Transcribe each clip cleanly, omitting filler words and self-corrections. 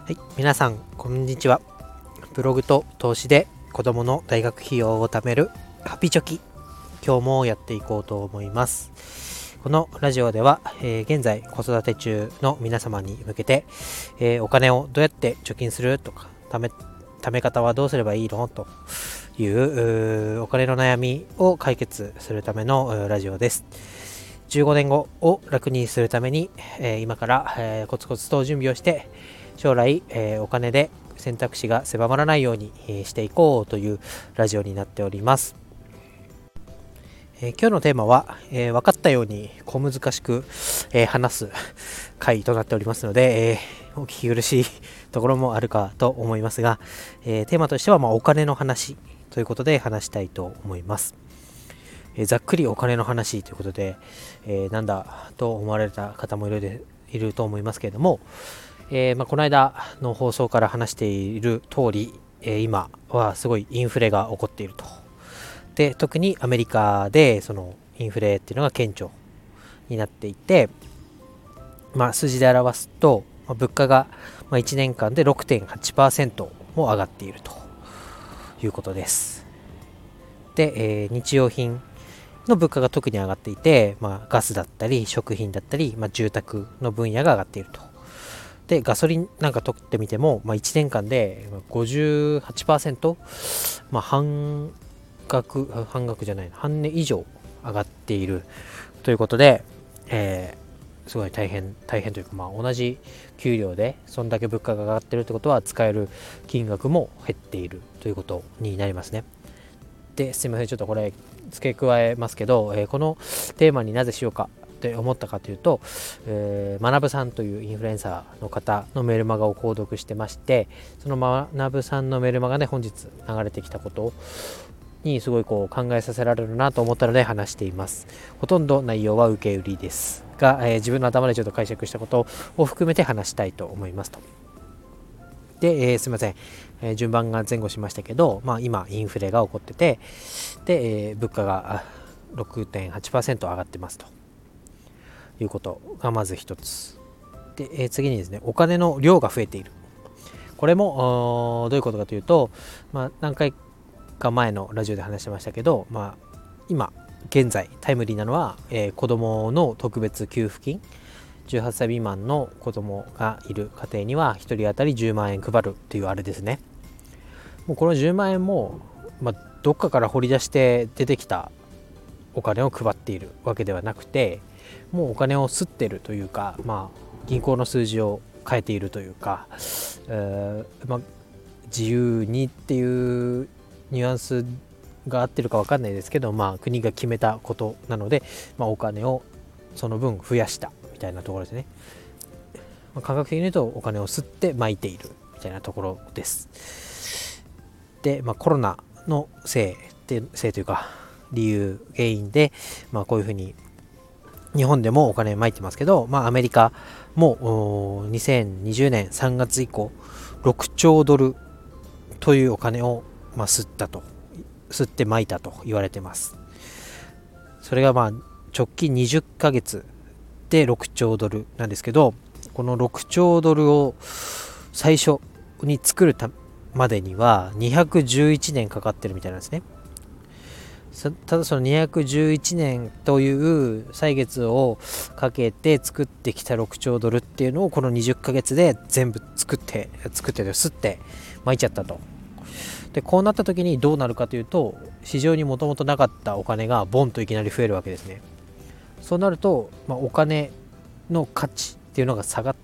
はい、皆さんこんにちは。ブログと投資で子供の大学費用を貯めるハピチョキ、今日もやっていこうと思います。このラジオでは、現在子育て中の皆様に向けて、お金をどうやって貯金するとか貯め方はどうすればいいのというお金の悩みを解決するためのラジオです。15年後を楽にするために、今から、コツコツと準備をして将来、お金で選択肢が狭まらないように、していこうというラジオになっております。今日のテーマは、分かったように小難しく、話す回となっておりますので、お聞き苦しいところもあるかと思いますが、テーマとしては、お金の話ということで話したいと思います。ざっくりお金の話ということで、なんだと思われた方もいると思いますけれども、この間の放送から話している通り、今はすごいインフレが起こっていると。で、特にアメリカでそのインフレっていうのが顕著になっていて、数字で表すと、物価が1年間で 6.8% も上がっているということです。で、日用品の物価が特に上がっていて、ガスだったり食品だったり、住宅の分野が上がっていると。で、ガソリンなんか取ってみても、1年間で 58%、半値以上上がっているということで、すごい大変というか、同じ給料でそんだけ物価が上がっているということは、使える金額も減っているということになりますね。で、すいません、ちょっとこれ付け加えますけど、このテーマになぜしようかって思ったかというと、学さんというインフルエンサーの方のメルマガを購読してまして、その学さんのメルマガで本日流れてきたことにすごい考えさせられるなと思ったので話しています。ほとんど内容は受け売りですが、自分の頭でちょっと解釈したことを含めて話したいと思いますと。で、すいません、順番が前後しましたけど、今インフレが起こってて、で、物価が 6.8% 上がってますということがまず一つで、次にですね、お金の量が増えている。これもどういうことかというと、何回か前のラジオで話してましたけど、今現在タイムリーなのは、子どもの特別給付金、18歳未満の子供がいる家庭には1人当たり10万円配るっていうあれですね。もうこの10万円も、どっかから掘り出して出てきたお金を配っているわけではなくて、もうお金を吸ってるというか、銀行の数字を変えているというか、自由にっていうニュアンスが合ってるか分かんないですけど、国が決めたことなので、お金をその分増やしたみたいなところですね。感覚的に言うとお金を吸って撒いているみたいなところです。で、コロナのせいというか理由原因で、こういうふうに日本でもお金撒いてますけど、アメリカも2020年3月以降6兆ドルというお金を吸って撒いたと言われてます。それが直近20ヶ月で6兆ドルなんですけど、この6兆ドルを最初に作るまでには211年かかってるみたいなんですね。ただその211年という歳月をかけて作ってきた6兆ドルっていうのをこの20ヶ月で全部吸って撒いちゃったと。で、こうなった時にどうなるかというと、市場にもともとなかったお金がボンといきなり増えるわけですね。そうなると、お金の価値っていうのが下がって、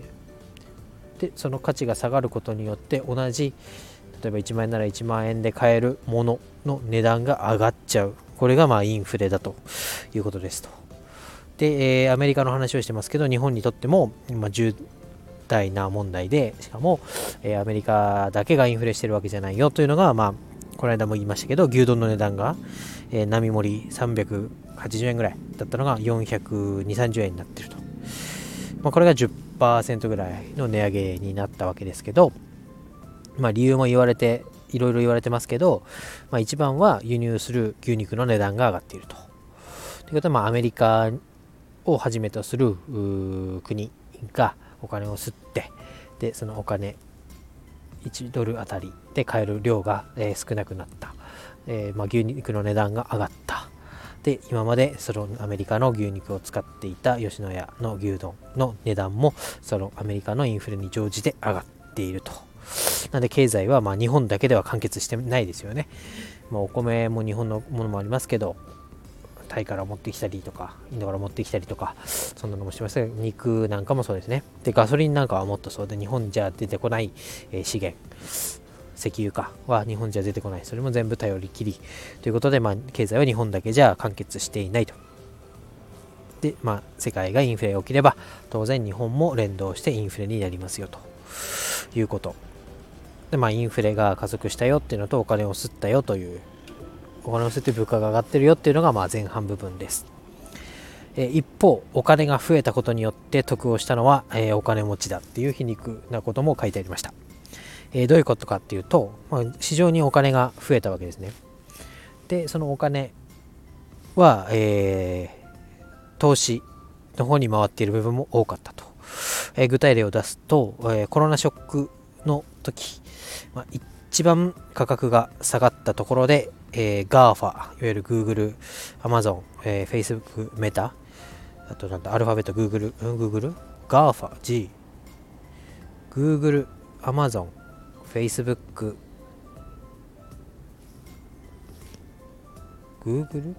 でその価値が下がることによって同じ例えば1万円なら1万円で買えるものの値段が上がっちゃう。これがインフレだということですと。で、アメリカの話をしてますけど、日本にとっても重大な問題で、しかも、アメリカだけがインフレしてるわけじゃないよというのが、この間も言いましたけど、牛丼の値段が、並盛り380円ぐらいだったのが420、30円になってると。これが 10% ぐらいの値上げになったわけですけど、理由もいろいろ言われてますけど、一番は輸入する牛肉の値段が上がっていると。ということは、アメリカをはじめとする国がお金を吸って、 でそのお金1ドルあたりで買える量が、少なくなった、牛肉の値段が上がった。で今までそのアメリカの牛肉を使っていた吉野家の牛丼の値段もそのアメリカのインフレに乗じて上がっていると。なので経済は日本だけでは完結してないですよね。お米も日本のものもありますけど、タイから持ってきたりとかインドから持ってきたりとかそんなのもしますけど、肉なんかもそうですね。でガソリンなんかはもっとそうで、日本じゃ出てこない、資源石油化は日本じゃ出てこない。それも全部頼りきりということで、経済は日本だけじゃ完結していないと。で世界がインフレが起きれば当然日本も連動してインフレになりますよということで、インフレが加速したよっていうのと、お金を吸ったよという、お金を吸って物価が上がってるよっていうのが前半部分です。一方お金が増えたことによって得をしたのは、お金持ちだっていう皮肉なことも書いてありました。どういうことかっていうと、市場にお金が増えたわけですね。でそのお金は、投資の方に回っている部分も多かったと。具体例を出すと、コロナショックの時、一番価格が下がったところで、GAFA、いわゆる Google、Amazon、Facebook、メタ、あとアルファベット Google、GAFA、G、Google、Amazon、Facebook、Google？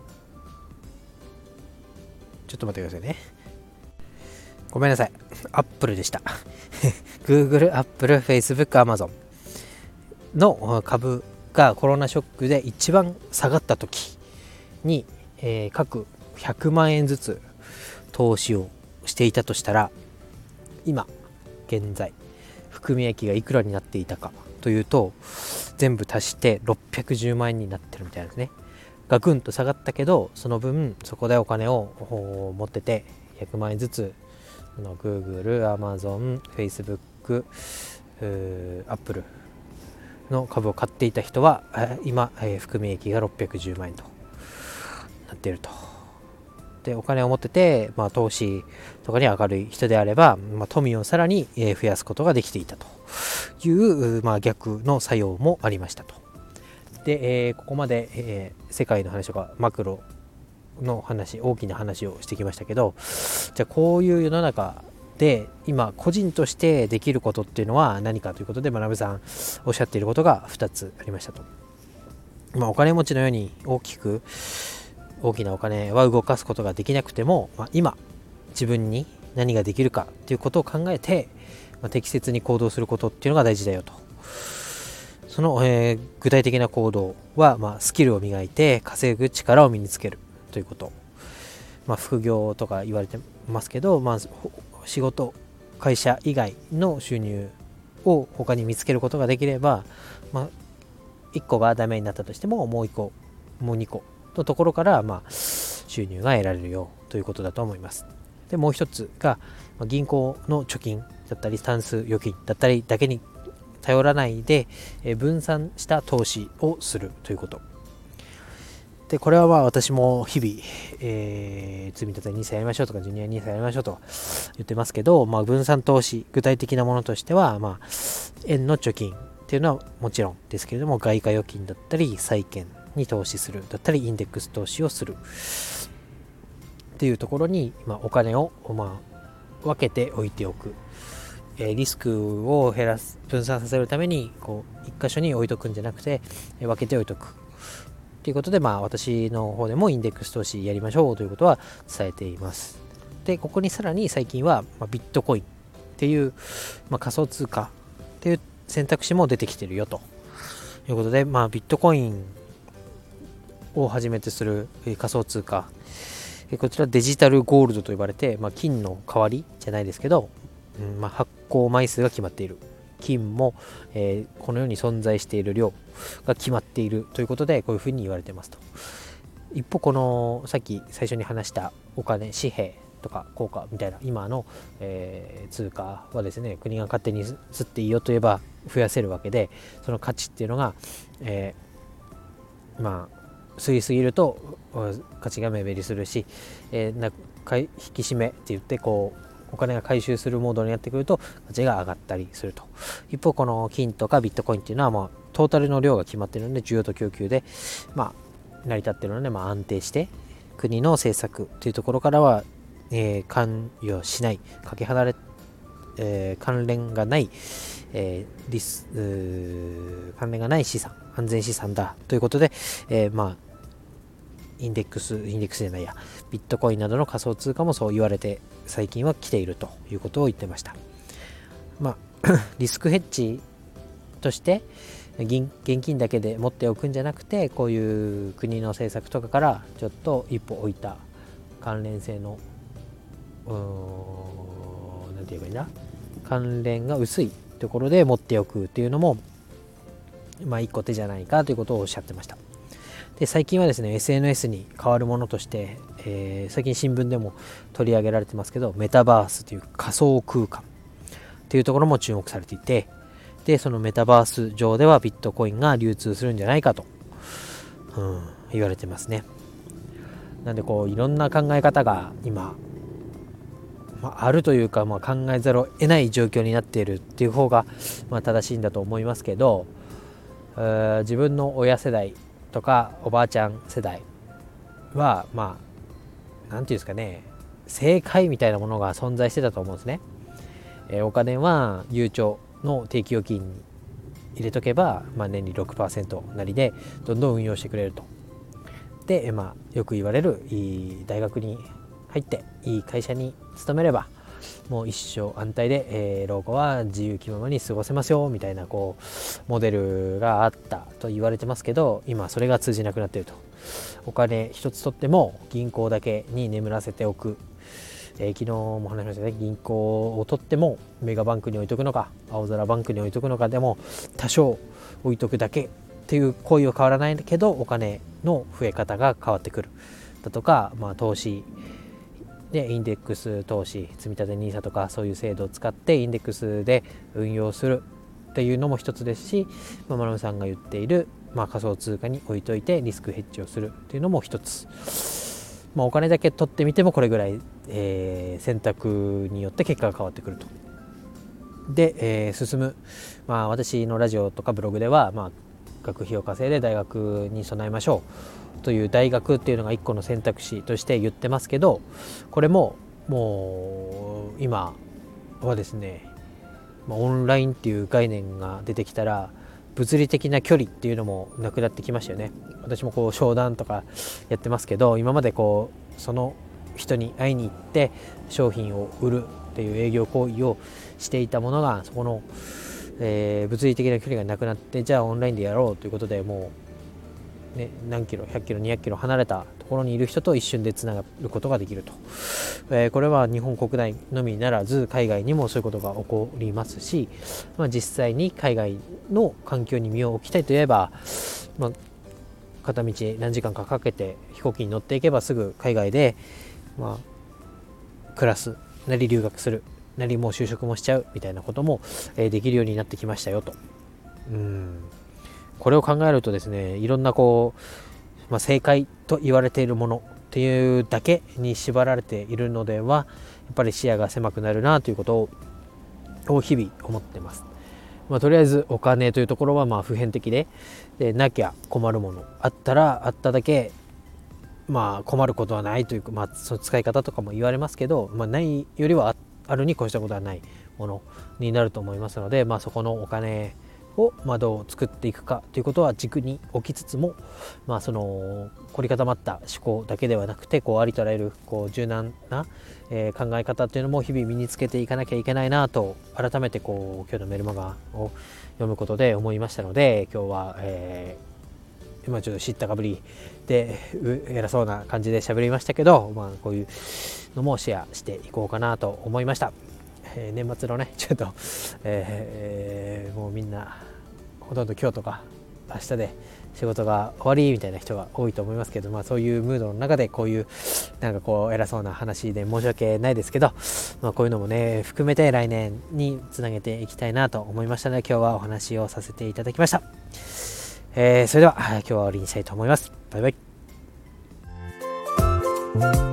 ちょっと待ってくださいね。ごめんなさい。Apple でした。Google、Apple、Facebook、Amazon の株がコロナショックで一番下がった時に、各100万円ずつ投資をしていたとしたら、今現在含み益がいくらになっていたかというと、全部足して610万円になってるみたいなんですね。ガクンと下がったけど、その分そこでお金を持ってて100万円ずつGoogle、Amazon、Facebook、Apple の株を買っていた人は今、含み益が610万円となっていると。でお金を持ってて、投資とかに明るい人であれば、富をさらに増やすことができていたという、逆の作用もありましたと。で、ここまで、世界の話とかマクロの話、大きな話をしてきましたけど、じゃあこういう世の中で今個人としてできることっていうのは何かということで、学さんおっしゃっていることが2つありましたと。お金持ちのように大きなお金は動かすことができなくても、今自分に何ができるかということを考えて、適切に行動することっていうのが大事だよと。その、具体的な行動は、スキルを磨いて稼ぐ力を身につけるということ。副業とか言われてますけど、仕事会社以外の収入を他に見つけることができれば、1個がダメになったとしてももう2個のところから、収入が得られるよということだと思います。でもう一つが、銀行の貯金だったりタンス預金だったりだけに頼らないで、分散した投資をするということで、これは私も日々、積み立て NISA やりましょうとかジュニア NISA やりましょうと言ってますけど、分散投資、具体的なものとしては、円の貯金っていうのはもちろんですけれども、外貨預金だったり債券に投資するだったりインデックス投資をするっていうところに、お金を、分けて置いておく。リスクを分散させるために一箇所に置いとくんじゃなくて、分けて置いとくということで、私の方でもインデックス投資やりましょうということは伝えています。でここにさらに最近は、ビットコインっていう、仮想通貨っていう選択肢も出てきてるよということで、ビットコインをはじめとする仮想通貨、こちらデジタルゴールドと呼ばれて、金の代わりじゃないですけど、発行枚数が決まっている。金も、この世に存在している量が決まっているということで、こういうふうに言われてますと。一方このさっき最初に話したお金、紙幣とか硬貨みたいな今の、通貨はですね、国が勝手に吸っていいよといえば増やせるわけで、その価値っていうのが、吸いすぎると価値が目減りするし、引き締めって言ってお金が回収するモードになってくると価値が上がったりすると。一方この金とかビットコインっていうのはトータルの量が決まっているので、需要と供給で成り立っているので安定して国の政策というところからは、関与しない、かけ離れ、関連がない、関連がない資産、安全資産だということで、インデックスじゃないや、ビットコインなどの仮想通貨もそう言われて最近は来ているということを言ってました。リスクヘッジとして現金だけで持っておくんじゃなくて、こういう国の政策とかからちょっと一歩置いた関連性のなんて言えばいいんだ、関連が薄いところで持っておくっていうのも一個手じゃないかということをおっしゃってました。で最近はですね SNS に代わるものとして、最近新聞でも取り上げられてますけど、メタバースという仮想空間というところも注目されていて、でそのメタバース上ではビットコインが流通するんじゃないかと、言われてますね。なんでいろんな考え方が今、あるというか、考えざるを得ない状況になっているっていう方が、正しいんだと思いますけど、自分の親世代とかおばあちゃん世代はなんていうんですかね、正解みたいなものが存在してたと思うんですね。お金はゆうちょの定期預金に入れとけば、年利 6% なりでどんどん運用してくれると。で、よく言われるいい大学に入っていい会社に勤めればもう一生安泰で、老後は自由気ままに過ごせますよみたいなモデルがあったと言われてますけど、今それが通じなくなっていると。お金一つ取っても銀行だけに眠らせておく、昨日も話しましたね。銀行を取ってもメガバンクに置いとくのか青空バンクに置いとくのかでも多少置いとくだけっていう行為は変わらないけど、お金の増え方が変わってくるだとか、投資でインデックス投資、積立 NISA とかそういう制度を使ってインデックスで運用するっていうのも一つですし、まなぶさんが言っている、仮想通貨に置いといてリスクヘッジをするっていうのも一つ、お金だけ取ってみてもこれぐらい、選択によって結果が変わってくると。で、進む、私のラジオとかブログでは、学費を稼いで大学に備えましょうという大学っていうのが一個の選択肢として言ってますけど、これももう今はですね、オンラインっていう概念が出てきたら物理的な距離っていうのもなくなってきましたよね。私も商談とかやってますけど、今までその人に会いに行って商品を売るっていう営業行為をしていたものが、そこの、物理的な距離がなくなって、じゃあオンラインでやろうということで、もう、何キロ100キロ200キロ離れたところにいる人と一瞬でつながることができると。これは日本国内のみならず海外にもそういうことが起こりますし、実際に海外の環境に身を置きたいといえば、片道何時間かかけて飛行機に乗っていけばすぐ海外で、暮らすなり留学するなりもう就職もしちゃうみたいなことも、できるようになってきましたよと。これを考えるとですね、いろんな正解と言われているものっていうだけに縛られているのでは、やっぱり視野が狭くなるなということを日々思ってます。とりあえずお金というところは普遍的で、なきゃ困るもの、あったらあっただけ困ることはないというか、その使い方とかも言われますけど、ないよりはあるに越したことはないものになると思いますので、そこのお金をどう作っていくかということは軸に置きつつも、その凝り固まった思考だけではなくて、ありとあらゆる柔軟な、考え方というのも日々身につけていかなきゃいけないなと改めて今日のメルマガを読むことで思いましたので、今日は、今ちょっと知ったかぶりで偉そうな感じで喋りましたけど、こういうのもシェアしていこうかなと思いました。年末のねちょっと、もうみんなほとんど今日とか明日で仕事が終わりみたいな人が多いと思いますけど、そういうムードの中でこういう偉そうな話で申し訳ないですけど、こういうのもね含めて来年につなげていきたいなと思いましたので、今日はお話をさせていただきました。それでは今日は終わりにしたいと思います。バイバイ。